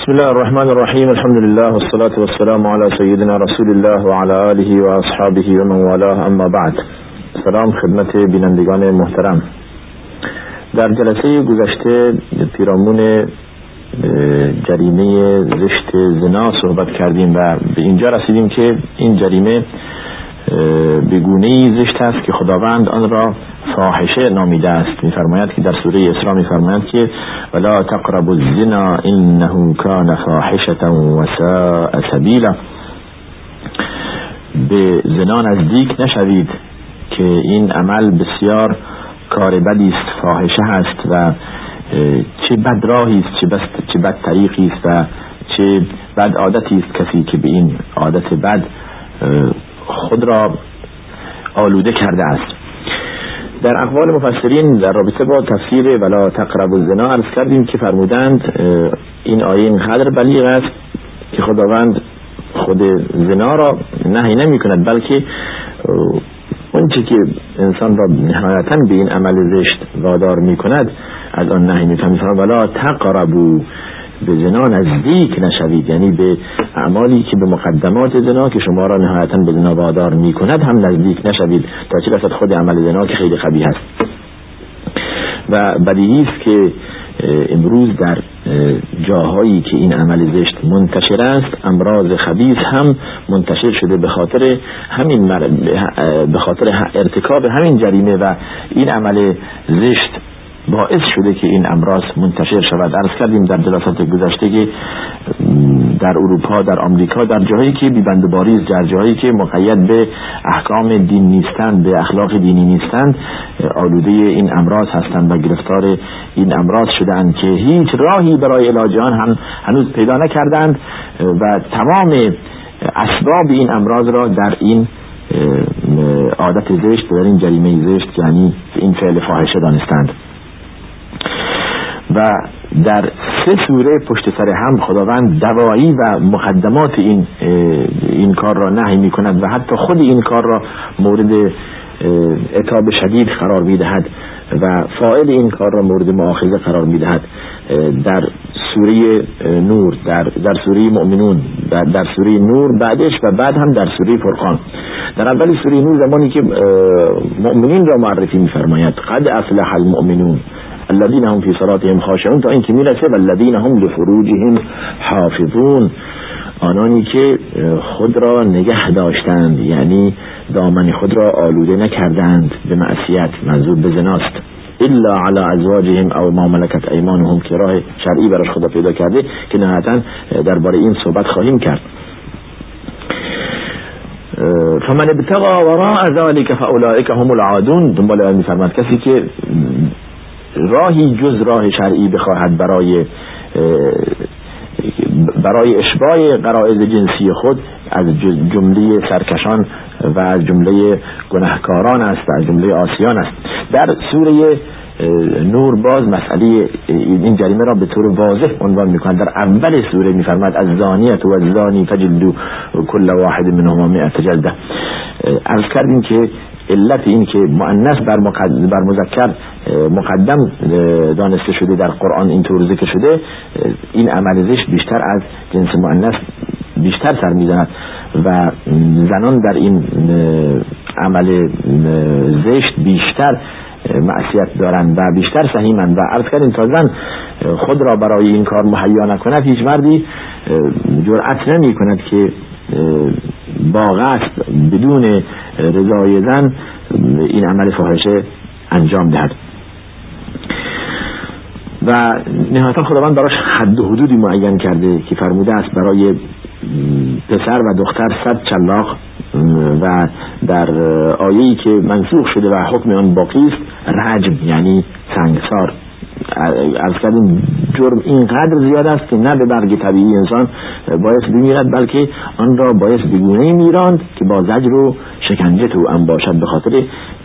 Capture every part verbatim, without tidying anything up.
بسم الله الرحمن الرحیم. الحمد لله والصلاة والسلام على سیدنا رسول الله و علی آله و اصحابه و من والاه، اما بعد. سلام خدمت بینندگان محترم. در جلسه گذشته پیرامون جریمه زشت زنا صحبت کردیم و به اینجا رسیدیم که این جریمه به گونه‌ای زشت است که خداوند آن را فاحشه نامیده است. می‌فرماید که در سوره اسراء می‌فرماید که ولا تقربوا الزنا انه کان فاحشة و ساء سبیلا. به زنا نزدیک نشوید که این عمل بسیار کار بدی است، فاحشه است و چه بد راهی است، چه بد چه بد طریقی است و چه بد عادتی است کسی که به این عادت بد خود را آلوده کرده است. در اقوال مفسرین در رابطه با تفسیر ولا تقربوا الزنا عرض کردیم که فرمودند این آیه اینقدر بلیغ است که خداوند خود زنا را نهی نمی کند، بلکه اون چی که انسان را نهایتاً به این عمل زشت وادار می کند از آن نهی می کند. ولا تقربوا، به زنا نزدیک نشوید، یعنی به اعمالی که به مقدمات زنا که شما را نهایتاً به زنا وادار می کند هم نزدیک نشوید، تا چه رسد خود عمل زنا که خیلی قبیح است. و بدیهی است که امروز در جاهایی که این عمل زشت منتشر است امراض خبیث هم منتشر شده به خاطر همین مر... به خاطر ارتکاب همین جریمه و این عمل زشت باعث شده که این امراض منتشر شود. عرض کردیم در جلسات گذشته که در اروپا، در آمریکا، در جاهایی که بی‌بند و باریز، در جاهایی که مقید به احکام دین نیستند، به اخلاق دینی نیستند، آلوده این امراض هستند و گرفتار این امراض شدند که هیچ راهی برای علاج آن هم هنوز پیدا نکردند و تمام اسباب این امراض را در این عادت زشت، در این جریمه زشت، یعنی این فعل فاحشه دانستند. و در سه سوره پشت سر هم خداوند دواعی و مقدمات این این کار را نهی می کند و حتی خود این کار را مورد عتاب شدید قرار می دهد و فاعل این کار را مورد مؤاخذه قرار می دهد. در سوره نور، در در سوره مؤمنون، در, در سوره نور بعدش و بعد هم در سوره فرقان. در اول سوره نور زمانی که مؤمنین را معرفی می فرماید قد افلح المؤمنون الذين هم في صلاتهم خاشعون، تا اینکه میرسه والذین هم لفروجهم حافظون، آنانی که خود را نگه داشتند، یعنی دامن خود را آلوده نکردند به معصیت، منظور به زناست، الا علی ازواجهم او ما ملکت ایمانهم، که راه شرعی براش خدا پیدا کرده که نهایتاً درباره این صحبت خواهیم کرد. فمن ابتغى وراء ذلك فاولئک هم العادون، دنبال آن می‌فرماید کسی که راهی جز راه شرعی بخواهد برای برای اشباع غرایز جنسی خود، از جمله سرکشان و از جمله گناهکاران است، از جمله عاصیان است. در سوره نور باز مسئله این جریمه را به طور واضح عنوان می‌کنند. در اول سوره می‌فرماید الزانیة و الزانی فجلدوا كل واحد منهما مئة جلده. عرض کردیم که علت این که مؤنث بر, بر مذکر مقدم دانسته شده در قرآن اینطور ذکر شده، این عمل زشت بیشتر از جنس مؤنث بیشتر سر میزند و زنان در این عمل زشت بیشتر معصیت دارند و بیشتر سهیمند. و عرض کردیم تا زن خود را برای این کار مهیا نکند، هیچ مردی جرأت نمی کند که با قصد بدون رضای زن این عمل فاحشه انجام دهد. و نهایتا خداوند براش حد و حدودی معین کرده که فرموده است برای پسر و دختر صد چلاق، و در آیه‌ای که منسوخ شده و حکم آن باقی است رجم، یعنی سنگسار. عرض کردیم جرم اینقدر زیاد است که نه به برگ طبیعی انسان باعث بمیرد، بلکه آن را باعث بگونه میراند که با زجر و شکنجه تو هم باشد به خاطر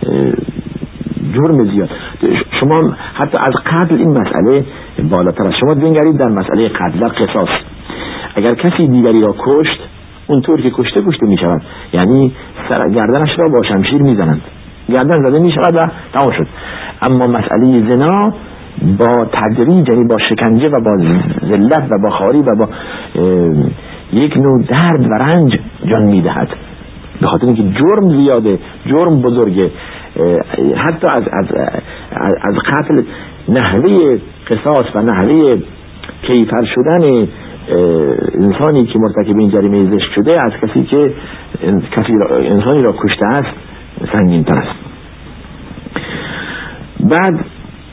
جرم زیاد. شما حتی از قتل این مسئله بالاتر است. شما بنگرید در مسئله قتل و قصاص، اگر کسی دیگری را کشت اونطور که کشته کشته می شود، یعنی سر گردنش را با شمشیر می زنند، گردن زده می شود و تمام شد. اما مسئله زنا با تدریج، یعنی با شکنجه و با ذلت و با خواری و با یک نوع درد و رنج جان میدهد، به خاطر اینکه جرم زیاده، جرم بزرگه. حتی از از از قتل، نحوه قصاص و نحوه کیفر شدن انسانی که مرتکب این جریمه زشت شده از کسی که کسی انسانی را کشته است سنگین تر است. بعد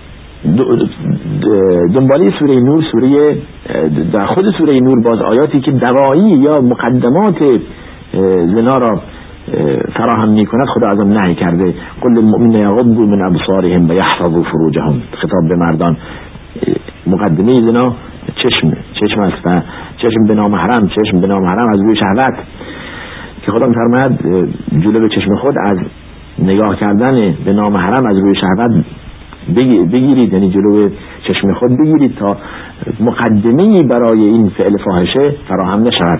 دنباله سوره نور، سوره در خود سوره نور باز آیاتی که دوایی یا مقدمات زنا را فراهم می کند خدا اعظم نهی کرده. قل للمؤمنین یغضوا من ابصارهم و یحفظوا فروجهم، خطاب به مردان. مقدمه زنا چشم چشم است و چشم به نامحرم، چشم به نامحرم از روی شهوت که خدا می‌فرماید جلوی چشم خود از نگاه کردن به نامحرم از روی شهوت بگیرید، یعنی جلوی چشم خود بگیرید تا مقدمه‌ای برای این فعل فاحشه فراهم نشود.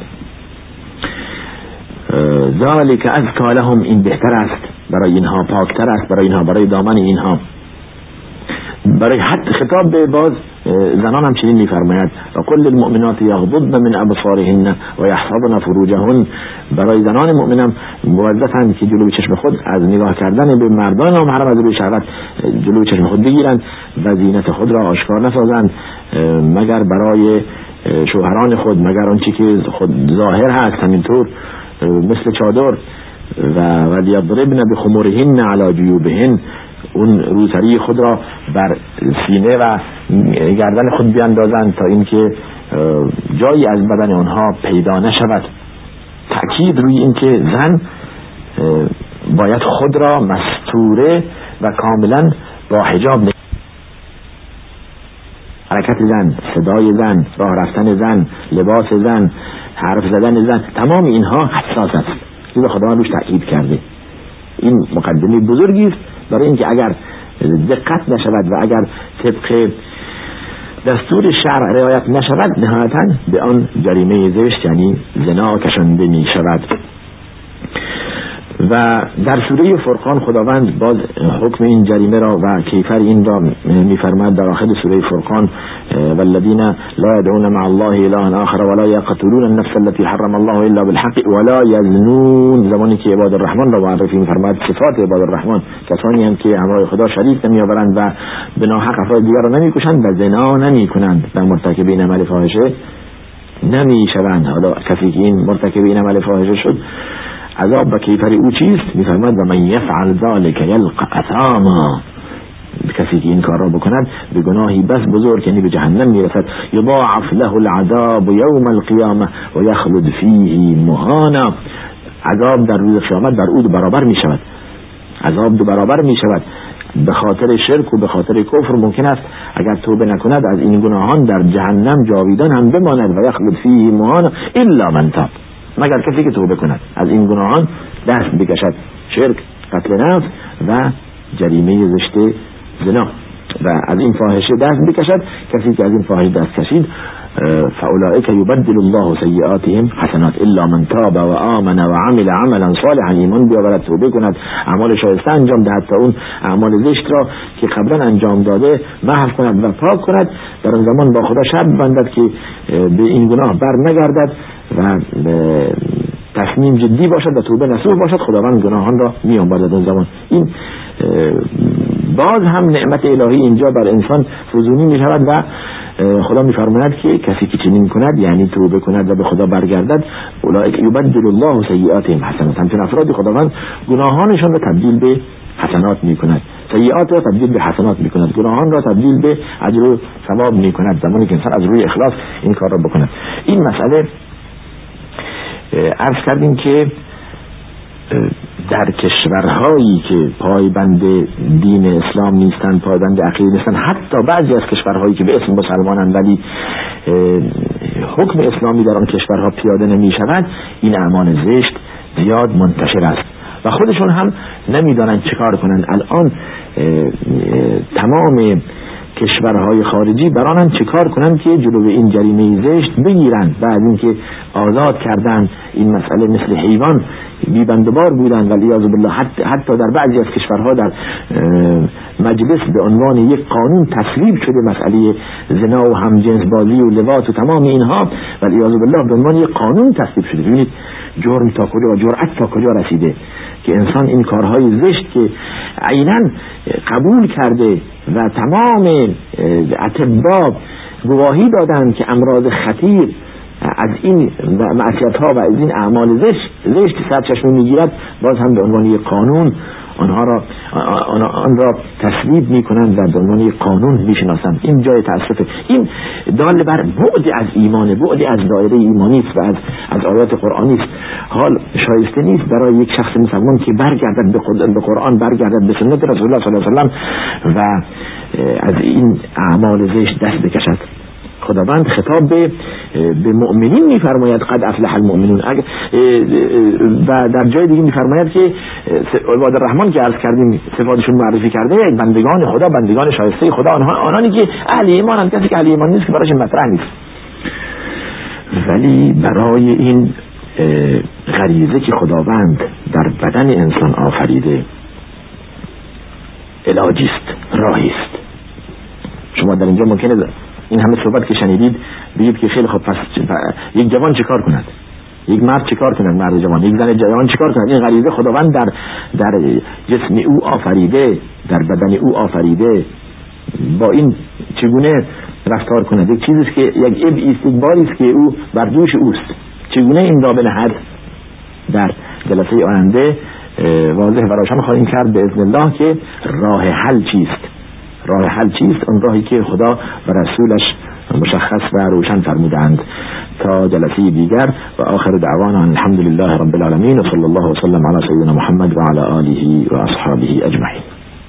ذالک ازکی لهم، این بهتر است برای اینها، پاکتر است برای اینها، برای دامن اینها. برای حتی خطاب به باز زنان هم چنین می‌فرماید و کل المؤمنات یغضضن من ابصارهن و یحفظن فروجهن. برای زنان مؤمنم موظفند که جلوی چشم خود از نگاه کردن به مردان نامحرم از روی شهوت جلوی چشم خود بگیرند و زینت خود را آشکار نسازند مگر برای شوهران خود، مگر آنچه که خود ظاهر هست، همینطور مثل چادر. و ولیضربن بخمرهن علی جیوبهن، اون روسری خود را بر سینه و گردن خود بیاندازند تا اینکه جایی از بدن آنها پیدا نشود. تأکید روی اینکه زن باید خود را مستوره و کاملا با حجاب نگاه. حرکت زن، صدای زن، راه رفتن زن، لباس زن، حرف زدن زن، تمام اینها حساس است. این خداوند روش تأکید کرده. این مقدمه بزرگی است برای اینکه اگر دقت نشود و اگر طبق دستور شرع رعایت نشود نهایتاً به آن جریمه زشت یعنی زنا کشانده می شود. و در سوره فرقان خداوند باز حکم این جریمه را و کیفر این را می‌فرماید در آخر سوره فرقان والذین لا يدعون مع الله اله آخر ولا يقتلون النفس التي حرم الله الا بالحق ولا يزنون. زمانی که عباد الرحمن را معرفی می‌فرماید، صفات عباد الرحمن کسانی هم که همراه خدا شریک نمی‌آورند و به ناحق افراد دیگر را نمی‌کشند و زنا نمی‌کنند و مرتکب این عمل فاحشه نمی‌شوند. حالا کسی که این مرتکب این عمل فاحشه شد عذاب و کیفر او چیست؟ می‌فرماید و من یفعل ذلک یلقى اثاما، کسی که این کار را بکند به گناهی بس بزرگ یعنی به جهنم میرسد. یضاعف له العذاب یوم القیامه و یخلد فیه مهانا، عذاب در روز قیامت بر او دو برابر میشود، عذاب دو برابر میشود. به خاطر شرک و به خاطر کفر ممکن است اگر توبه نکند از این گناهان در جهنم جاویدان هم بماند و یخلد فیه مهانا الا من تاب، مگر کسی که توبه کند از این گناهان دست بکشد، شرک، قتل نفس و جریمه زشت زنا و از این فاحشه دست بکشد. کسی که از این فاحشه دست کشید فاولئک یبدل الله سیئاتهم حسنات الا من تاب و آمن و عمل عملا صالحا، ایمان بیاورد، توبه کند، اعمال شایسته انجام دهد تا اون اعمال زشت را که قبلا انجام داده محو کند و پاک کند. در اون زمان با خدا شرط ببندد که به این گناه بر نگردد و تصمیم جدی باشد و توبه نصوح باشد، خداوند گناهان را می‌آمرزد اون زمان. این باز هم نعمت الهی اینجا بر انسان فزونی می‌شود و خدا می‌فرماید که کسی که چنین کند یعنی توبه کند و به خدا برگردد اولئک یبدل الله سیئاتهم حسنات، همچون افرادی خداوند گناهانشان را تبدیل به حسنات می‌کند، سیئات را تبدیل به حسنات می‌کند، گناهان را تبدیل به اجر و ثواب می‌کند زمانی که انسان از روی اخلاص این کار را بکند. این مسئله عرض کردیم که در کشورهایی که پایبند دین اسلام نیستند، پایبند عقیده نیستند، حتی بعضی از کشورهایی که به اسم مسلمانند ولی حکم اسلامی در آن کشورها پیاده نمی شود، این اعمال زشت زیاد منتشر است و خودشون هم نمیدانند چه کار کنند. الان تمام کشورهای خارجی برانند چه کار کنند که جلوی این جریمه زشت بگیرند. بعد اینکه آزاد کردن این مسئله مثل حیوان بی‌بندوبار بودند والعیاذ بالله. حتی, حتی در بعضی از کشورها در مجلس به عنوان یک قانون تصویب شده مسئله زنا و همجنس بازی و لواط و تمام اینها والعیاذ بالله به عنوان یک قانون تصویب شده. ببینید جرم تا کجا، جرأت تا کجا رسیده که انسان این کارهای زشت که عیناً قبول کرده و تمام اطباء گواهی دادند که امراض خطیر از این معصیت‌ها و از این اعمال زشت زشت سرچشمه میگیرد، باز هم به عنوان یک قانون آنها را آن را تصویب میکنند و به عنوان یک قانون میشناسند. این جای تأسفه. این دال بر بعد از ایمان، بعد از دایره ایمانی است و از از آیات قرآنی است. حال شایسته نیست برای یک شخص مسلمان که برگردد به قرآن، برگردد به سنت رسول الله صلی الله علیه و سلم و از این اعمال زشت دست بکشد. خداوند خطاب به به مؤمنین میفرماید قد افلح المؤمنون، و در جای دیگه میفرماید که عباد الرحمن که عرض کردیم صفاتشون معرفی کرده، بندگان خدا، بندگان شایسته خدا، آنها آنانی که اهل ایمانند. کسی که اهل ایمان نیست که برایش مطرح نیست. ولی برای این غریزه که خداوند در بدن انسان آفریده علاجی است، راهی است. شما در اینجا ممکنه این همه صحبت که شنیدید بگید که خیلی خوب، پس یک جوان چیکار کند، یک مرد چیکار کند، مرد جوان، یک زن جوان چیکار کند؟ این غریزه خداوند در در جسم او آفریده، در بدن او آفریده، با این چگونه رفتار کند؟ یک چیزی است که یک ابی است، یک باری است که او بر دوش اوست. چگونه این را بنهد؟ در جلسه آینده واضح و روشن خواهیم کرد به اذن الله که راه حل چیست. راه حل چیست؟ اون راهی که خدا و رسولش مشخص و روشن فرمودند. تا جلسه دیگر و آخر دعوانا الحمدلله رب العالمین و صلی الله وسلم علی سیدنا محمد و علی آله و اصحابه اجمعین.